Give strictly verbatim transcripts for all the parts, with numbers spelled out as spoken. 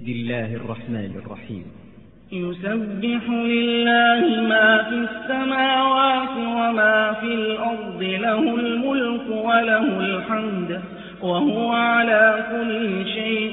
بسم الله الرحمن الرحيم. يسبح لله ما في السماوات وما في الأرض، له الملك وله الحمد وهو على كل شيء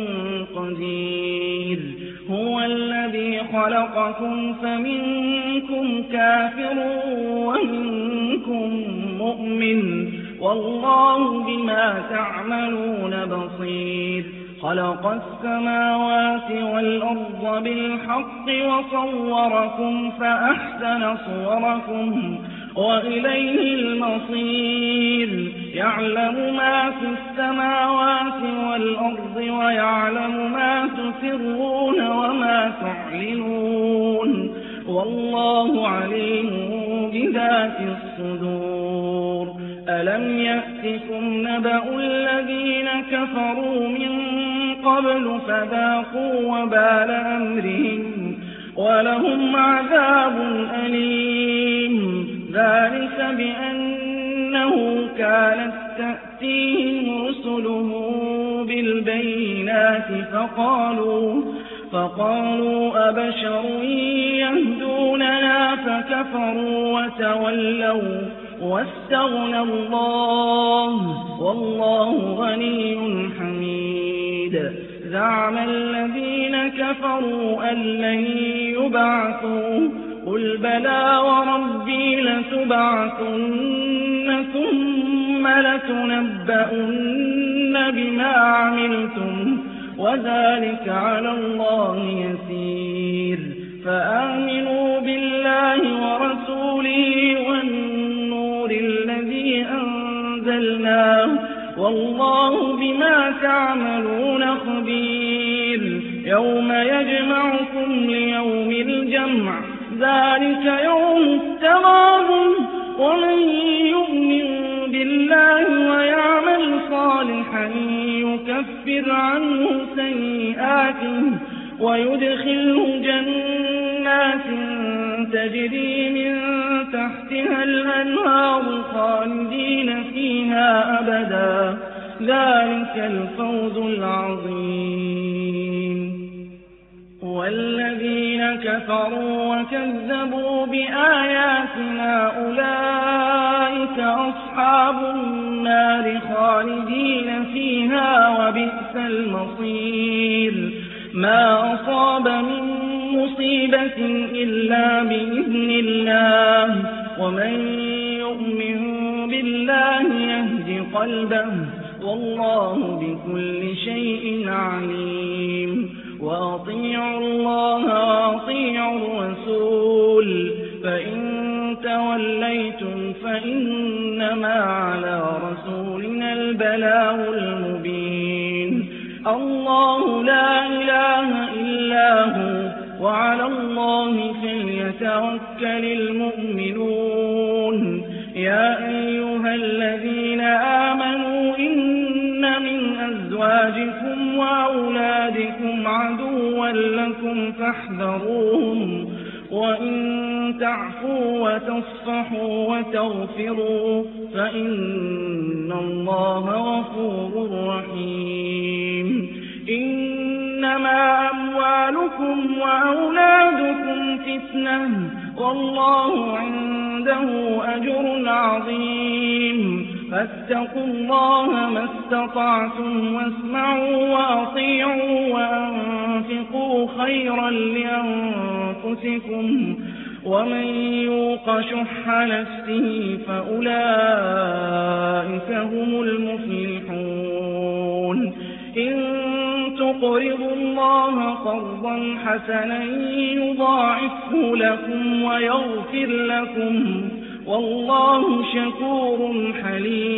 قدير. هو الذي خلقكم فمنكم كافر ومنكم مؤمن، والله بما تعملون بصير. خلق السماوات والأرض بالحق وصوركم فأحسن صوركم وإليه المصير. يعلم ما في السماوات والأرض ويعلم ما تسرون وما تعلنون، والله عليم بذات الصدور. ألم يأتكم نبأ الذين كفروا من قبل فذاقوا وبال أمرهم ولهم عذاب أليم. ذلك بأنه كانت تأتيهم رسلهم بالبينات فقالوا فقالوا أبشر يهدوننا فكفروا وتولوا واستغنى الله والله غني حميد. زعم الذين كفروا أن لن يبعثوا، قل بلى وربي لتبعثن ثم لتنبؤن بما عملتم وذلك على الله يسير. فآمنوا بالله ورسوله والنور الذي أنزلناه، والله بما تعملون خبير. يوم يجمعكم ليوم الجمع، ذلك يوم التغابن. ومن يؤمن بالله ويعمل صالحا يكفر عنه سيئاته ويدخله جنات تجري من تحتها الأنهار خالدين فيها أبدا، ذلك الفوز العظيم. والذين كفروا وكذبوا بآياتنا أولئك أصحاب النار خالدين فيها وبئس المصير. ما أصاب من مصيبة إلا بإذن الله، ومن يؤمن بالله يهد قلبه، والله بكل شيء عليم. وأطيعوا الله وأطيعوا الرسول، فإن توليتم فإنما على رسولنا البلاغ المبين. الله لا إله إلا هو، وعلى الله فليتوكل المؤمنون. يا أيها الذين آمنوا إن من أزواجكم وأولادكم عدوا لكم فاحذروهم، وإن تعفوا وتصفحوا وتغفروا فإن الله غفور رحيم. إنما أموالكم وأولادكم فتنة، والله عنده أجر عظيم. فاتقوا الله ما استطعتم واسمعوا وأطيعوا وأنفقوا خيرا لأنفسكم، ومن يوق شح نفسه فأولئك هم المفلحون. إن تقرضوا الله قرضا حسنا يضاعفه لكم ويغفر لكم، والله شكور حليم.